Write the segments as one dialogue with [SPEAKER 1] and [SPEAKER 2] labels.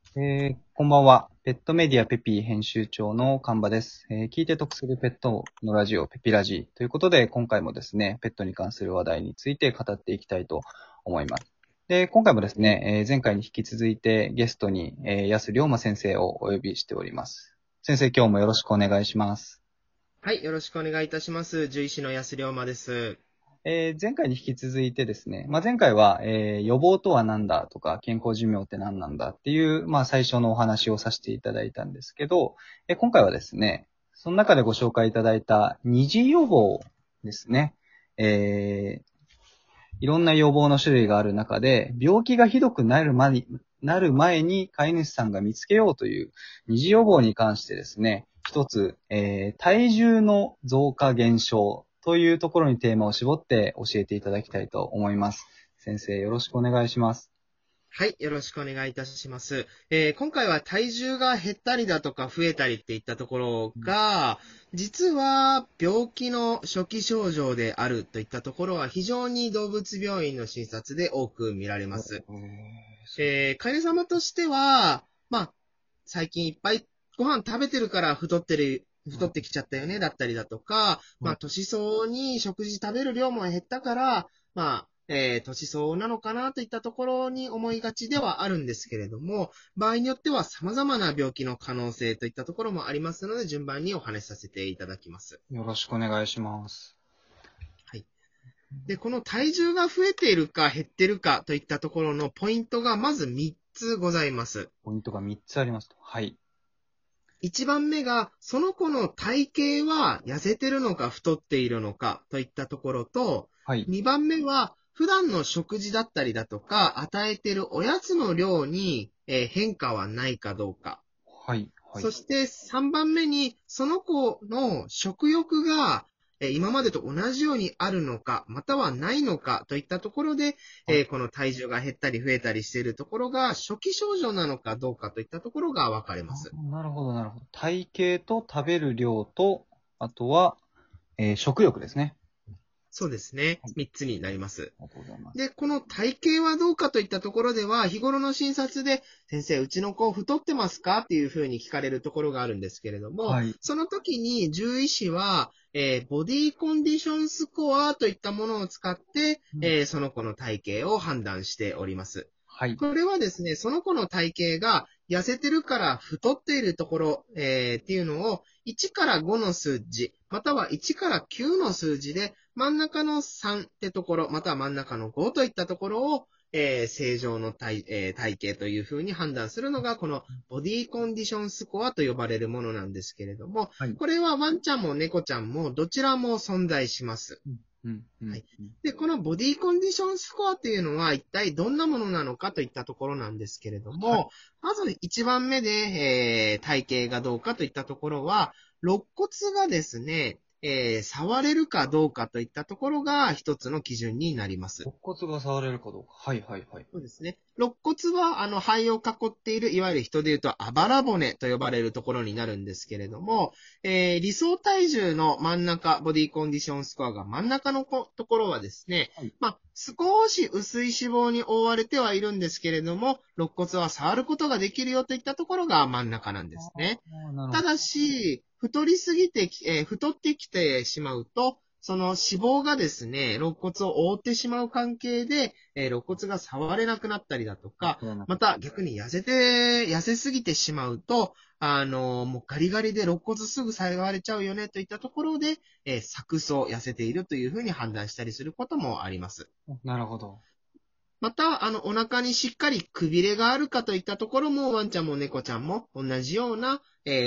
[SPEAKER 1] こんばんは。ペットメディアペピー編集長のカンバです。聞いて得するペットのラジオ、ペピラジということで、今回もですね、ペットに関する話題について語っていきたいと思います。で、今回もですね、前回に引き続いてゲストに、安龍馬先生をお呼びしております。先生、今日もよろしくお願いします。
[SPEAKER 2] はい、よろしくお願いいたします。獣医師の安龍馬です。
[SPEAKER 1] 前回に引き続いてですね、前回は、予防とは何だとか、健康寿命って何なんだっていう、最初のお話をさせていただいたんですけど、今回はですね、その中でご紹介いただいた二次予防ですね。いろんな予防の種類がある中で、病気がひどくなる前に飼い主さんが見つけようという二次予防に関してですね、一つ、体重の増加減少というところにテーマを絞って教えていただきたいと思います。先生、よろしくお願いします。
[SPEAKER 2] はい、よろしくお願いいたします。今回は体重が減ったりだとか増えたりっていったところが、実は病気の初期症状であるといったところは非常に動物病院の診察で多く見られます。飼い主様としては、最近いっぱいご飯食べてるから太ってきちゃったよね、だったりだとか、年相応に食事食べる量も減ったから、年相応なのかなといったところに思いがちではあるんですけれども、場合によっては様々な病気の可能性といったところもありますので、順番にお話しさせていただきます。
[SPEAKER 1] よろしくお願いします。
[SPEAKER 2] はい。で、この体重が増えているか減っているかといったところのポイントがまず3つございます。
[SPEAKER 1] ポイントが3つありますと。はい。
[SPEAKER 2] 1番目が、その子の体型は痩せてるのか太っているのかといったところと、
[SPEAKER 1] はい。
[SPEAKER 2] 2番目は、普段の食事だったりだとか、与えてるおやつの量に変化はないかどうか。
[SPEAKER 1] はい。はい。
[SPEAKER 2] そして3番目に、その子の食欲が今までと同じようにあるのか、またはないのかといったところで、
[SPEAKER 1] はい。
[SPEAKER 2] この体重が減ったり増えたりしているところが初期症状なのかどうかといったところが分かれます。
[SPEAKER 1] なるほど、なるほど。体型と食べる量と、あとは、食欲ですね。
[SPEAKER 2] そうですね。
[SPEAKER 1] はい。
[SPEAKER 2] 3つになります。
[SPEAKER 1] ありがとうございます。
[SPEAKER 2] で、この体型はどうかといったところでは、日頃の診察で、先生、うちの子太ってますかっていうふうに聞かれるところがあるんですけれども、
[SPEAKER 1] はい。
[SPEAKER 2] その時に獣医師は、ボディコンディションスコアといったものを使って、
[SPEAKER 1] うん。
[SPEAKER 2] その子の体型を判断しております。
[SPEAKER 1] はい。
[SPEAKER 2] これはですね、その子の体型が痩せてるから太っているところ、っていうのを1から5の数字、または1から9の数字で、真ん中の3ってところ、または真ん中の5といったところを、正常の体型というふうに判断するのが、このボディコンディションスコアと呼ばれるものなんですけれども、
[SPEAKER 1] はい。
[SPEAKER 2] これはワンちゃんも猫ちゃんもどちらも存在します。
[SPEAKER 1] うん、うん、うん。
[SPEAKER 2] はい。
[SPEAKER 1] うん。
[SPEAKER 2] で、このボディコンディションスコアっていうのは一体どんなものなのかといったところなんですけれど
[SPEAKER 1] はい。
[SPEAKER 2] も、まず一番目で、体型がどうかといったところは、肋骨がですね、触れるかどうかといったところが一つの基準になります。
[SPEAKER 1] 肋骨が触れるかどうか。はい、はい、はい。
[SPEAKER 2] そうですね。肋骨は、肺を囲っている、いわゆる人で言うと、あばら骨と呼ばれるところになるんですけれども、理想体重の真ん中、ボディコンディションスコアが真ん中のところはですね、
[SPEAKER 1] はい。
[SPEAKER 2] 少し薄い脂肪に覆われてはいるんですけれども、肋骨は触ることができるよといったところが真ん中なんですね。
[SPEAKER 1] ああ、なるほど。
[SPEAKER 2] ただし、太りすぎて太ってきてしまうと、その脂肪がですね、肋骨を覆ってしまう関係で、肋骨が触れなくなったりだとか、
[SPEAKER 1] そうな
[SPEAKER 2] また逆に痩せすぎてしまうと、もうガリガリで肋骨すぐ触れちゃうよねといったところで、錯綜痩せているというふうに判断したりすることもあります。
[SPEAKER 1] なるほど。
[SPEAKER 2] また、お腹にしっかりくびれがあるかといったところも、ワンちゃんも猫ちゃんも同じような、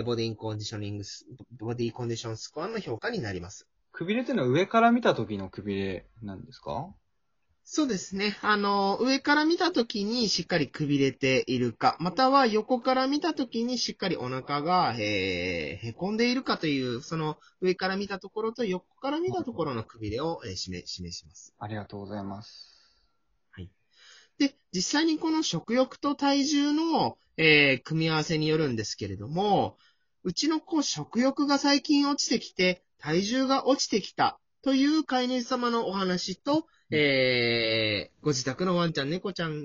[SPEAKER 2] ボディコンディションスコアの評価になります。
[SPEAKER 1] くびれっていうのは上から見た時のくびれなんですか？
[SPEAKER 2] そうですね。上から見たときにしっかりくびれているか、または横から見たときにしっかりお腹が、へこんでいるかという、その上から見たところと横から見たところのくびれを、示します。
[SPEAKER 1] ありがとうございます。
[SPEAKER 2] はい。で、実際にこの食欲と体重の、組み合わせによるんですけれども、うちの子食欲が最近落ちてきて、体重が落ちてきたという飼い主様のお話と、
[SPEAKER 1] うん。
[SPEAKER 2] ご自宅のワンちゃん、猫ちゃんが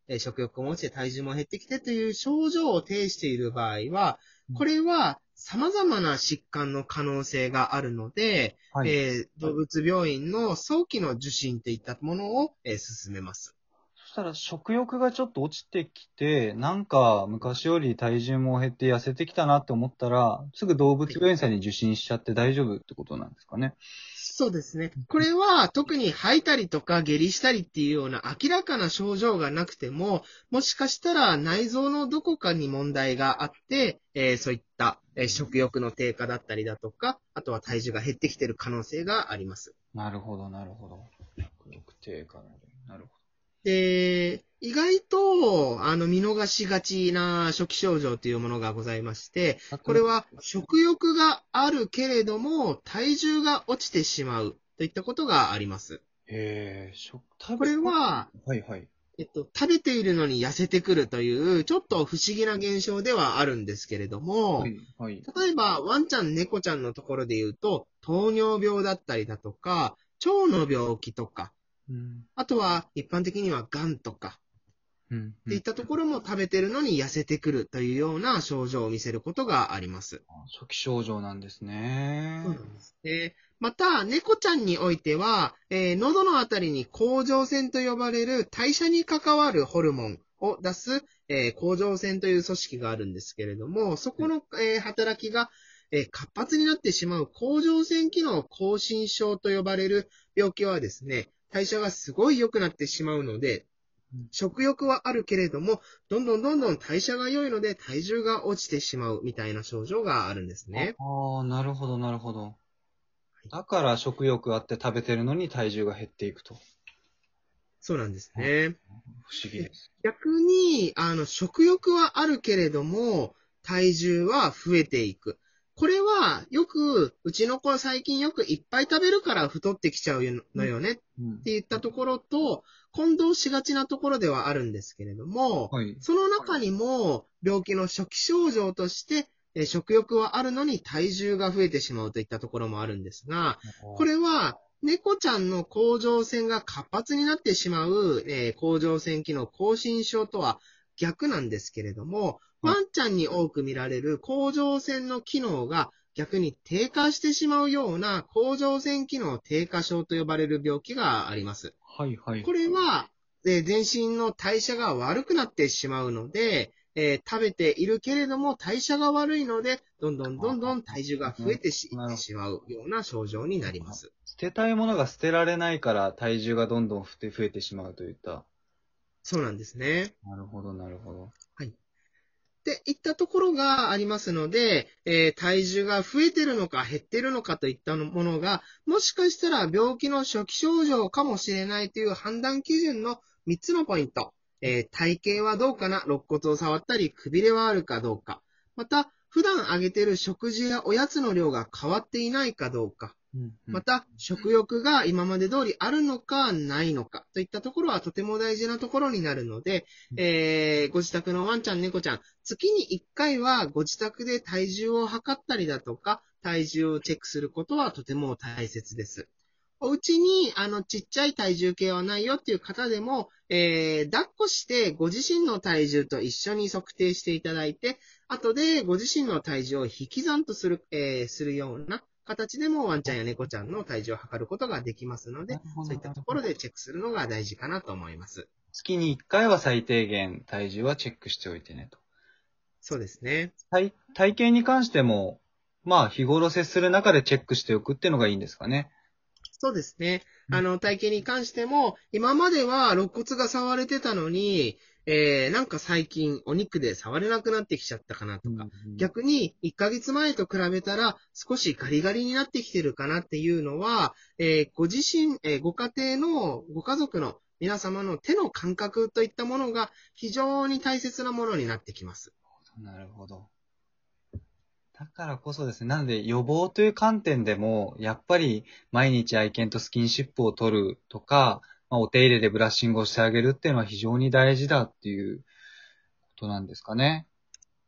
[SPEAKER 2] 食欲も落ちて体重も減ってきてという症状を呈している場合は、これは様々な疾患の可能性があるので、
[SPEAKER 1] はい。
[SPEAKER 2] 動物病院の早期の受診といったものを、勧めます。
[SPEAKER 1] そしたら食欲がちょっと落ちてきて、なんか昔より体重も減って痩せてきたなって思ったら、すぐ動物
[SPEAKER 2] はい。
[SPEAKER 1] 病院さんに受診しちゃって大丈夫ってことなんですかね。
[SPEAKER 2] そうですね。これは特に吐いたりとか下痢したりっていうような明らかな症状がなくても、もしかしたら内臓のどこかに問題があって、そういった、食欲の低下だったりだとか、あとは体重が減ってきている可能性があります。
[SPEAKER 1] なるほど、なるほど。食欲低下なるほ
[SPEAKER 2] で、意外と、見逃しがちな初期症状というものがございまして、
[SPEAKER 1] ど。
[SPEAKER 2] これは食欲があるけれども、体重が落ちてしまうといったことがあります。
[SPEAKER 1] 食
[SPEAKER 2] これは、
[SPEAKER 1] はいはい。
[SPEAKER 2] 食べているのに痩せてくるという、ちょっと不思議な現象ではあるんですけれども、
[SPEAKER 1] はい、はい。
[SPEAKER 2] 例えば、ワンちゃん、猫ちゃんのところで言うと、糖尿病だったりだとか、腸の病気とか、
[SPEAKER 1] うん、
[SPEAKER 2] あとは一般的には癌とか、
[SPEAKER 1] うん、うん。
[SPEAKER 2] っていったところも食べてるのに痩せてくるというような症状を見せることがあります。
[SPEAKER 1] 初期症状なんですね。
[SPEAKER 2] そうなんです。また、猫ちゃんにおいては、喉のあたりに甲状腺と呼ばれる代謝に関わるホルモンを出す、甲状腺という組織があるんですけれども、そこの、働きが、活発になってしまう甲状腺機能亢進症と呼ばれる病気はですね、代謝がすごい良くなってしまうので、食欲はあるけれども、どんどん代謝が良いので体重が落ちてしまうみたいな症状があるんです
[SPEAKER 1] あ
[SPEAKER 2] ね。
[SPEAKER 1] あ、なるほど、なるほど。だから食欲あって食べてるのに体重が減っていくと。
[SPEAKER 2] そうなんです
[SPEAKER 1] あ、
[SPEAKER 2] ね。
[SPEAKER 1] 不思議
[SPEAKER 2] で
[SPEAKER 1] です。
[SPEAKER 2] 逆に、食欲はあるけれども、体重は増えていく。これは、よく、うちの子最近よくいっぱい食べるから太ってきちゃう
[SPEAKER 1] うん、
[SPEAKER 2] のよねって
[SPEAKER 1] うん。
[SPEAKER 2] 言ったところと、混同しがちなところではあるんですけれども、
[SPEAKER 1] はい。
[SPEAKER 2] その中にも、病気の初期症状として、食欲はあるのに体重が増えてしまうといったところもあるんですが、これは、猫ちゃんの甲状腺が活発になってしまう、甲状腺機能亢進症とは逆なんですけれども、
[SPEAKER 1] はい。
[SPEAKER 2] ワンちゃんに多く見られる甲状腺の機能が逆に低下してしまうような甲状腺機能低下症と呼ばれる病気があります。
[SPEAKER 1] はい、はい。
[SPEAKER 2] これは、全身の代謝が悪くなってしまうので、食べているけれども代謝が悪いので、どんどん体重が増えていっ
[SPEAKER 1] なるほ
[SPEAKER 2] てしまうような症状になりま
[SPEAKER 1] ど。
[SPEAKER 2] す。
[SPEAKER 1] 捨てたいものが捨てられないから体重がどんどん増えてしまうといった。
[SPEAKER 2] そうなんですね。
[SPEAKER 1] なるほど、なるほど。
[SPEAKER 2] はい。っていったところがありますので、体重が増えてるのか減ってるのかといったものが、もしかしたら病気の初期症状かもしれないという判断基準の3つのポイント。体型はどうかな、肋骨を触ったり、くびれはあるかどうか。また、普段あげている食事やおやつの量が変わっていないかどうか。
[SPEAKER 1] うん、うん。
[SPEAKER 2] また、食欲が今まで通りあるのかないのかといったところはとても大事なところになるので、ご自宅のワンちゃん、猫ちゃん、月に1回はご自宅で体重を測ったりだとか、体重をチェックすることはとても大切です。お家に、ちっちゃい体重計はないよっていう方でも、抱っこしてご自身の体重と一緒に測定していただいて、後でご自身の体重を引き算とするような形でもワンちゃんや猫ちゃんの体重を測ることができますので、
[SPEAKER 1] なるほど、
[SPEAKER 2] そういった
[SPEAKER 1] なるほど。
[SPEAKER 2] ところでチェックするのが大事かなと思います。
[SPEAKER 1] 月に1回は最低限体重はチェックしておいてねと。
[SPEAKER 2] そうですね。
[SPEAKER 1] 体型に関しても、まあ日頃接する中でチェックしておくっていうのがいいんですかね。
[SPEAKER 2] そうですね。体型に関しても、今までは肋骨が触れてたのに、なんか最近お肉で触れなくなってきちゃったかな
[SPEAKER 1] うん、
[SPEAKER 2] とか、
[SPEAKER 1] うん。
[SPEAKER 2] 逆に1ヶ月前と比べたら少しガリガリになってきてるかなっていうのは、ご自身、ご家庭のご家族の皆様の手の感覚といったものが非常に大切なものになってきます。
[SPEAKER 1] なるほど。だからこそですね。なので予防という観点でも、やっぱり毎日愛犬とスキンシップを取るとか、まあ、お手入れでブラッシングをしてあげるっていうのは非常に大事だっていうことなんですかね。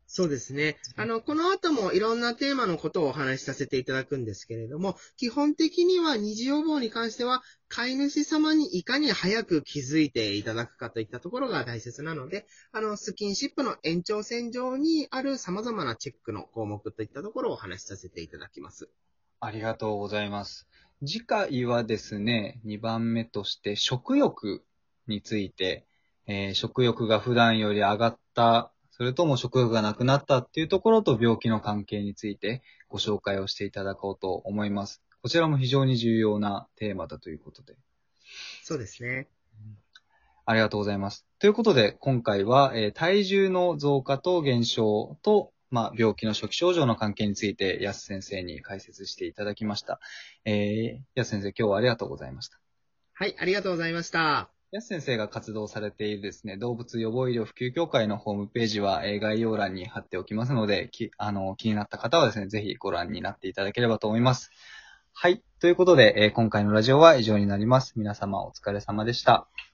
[SPEAKER 2] そうですね。この後もいろんなテーマのことをお話しさせていただくんですけれども、基本的には二次予防に関しては、飼い主様にいかに早く気づいていただくかといったところが大切なので、スキンシップの延長線上にある様々なチェックの項目といったところをお話しさせていただきます。
[SPEAKER 1] ありがとうございます。次回はですね、2番目として食欲について、食欲が普段より上がった、それとも食欲がなくなったっていうところと病気の関係についてご紹介をしていただこうと思います。こちらも非常に重要なテーマだということで。
[SPEAKER 2] そうですね。
[SPEAKER 1] ありがとうございます。ということで、今回は、体重の増加と減少と、病気の初期症状の関係について、安先生に解説していただきました。安先生、今日はありがとうございました。
[SPEAKER 2] はい、ありがとうございました。
[SPEAKER 1] 安先生が活動されているですね、動物予防医療普及協会のホームページは、概要欄に貼っておきますので、気になった方はですね、ぜひご覧になっていただければと思います。はい。ということで、今回のラジオは以上になります。皆様お疲れ様でした。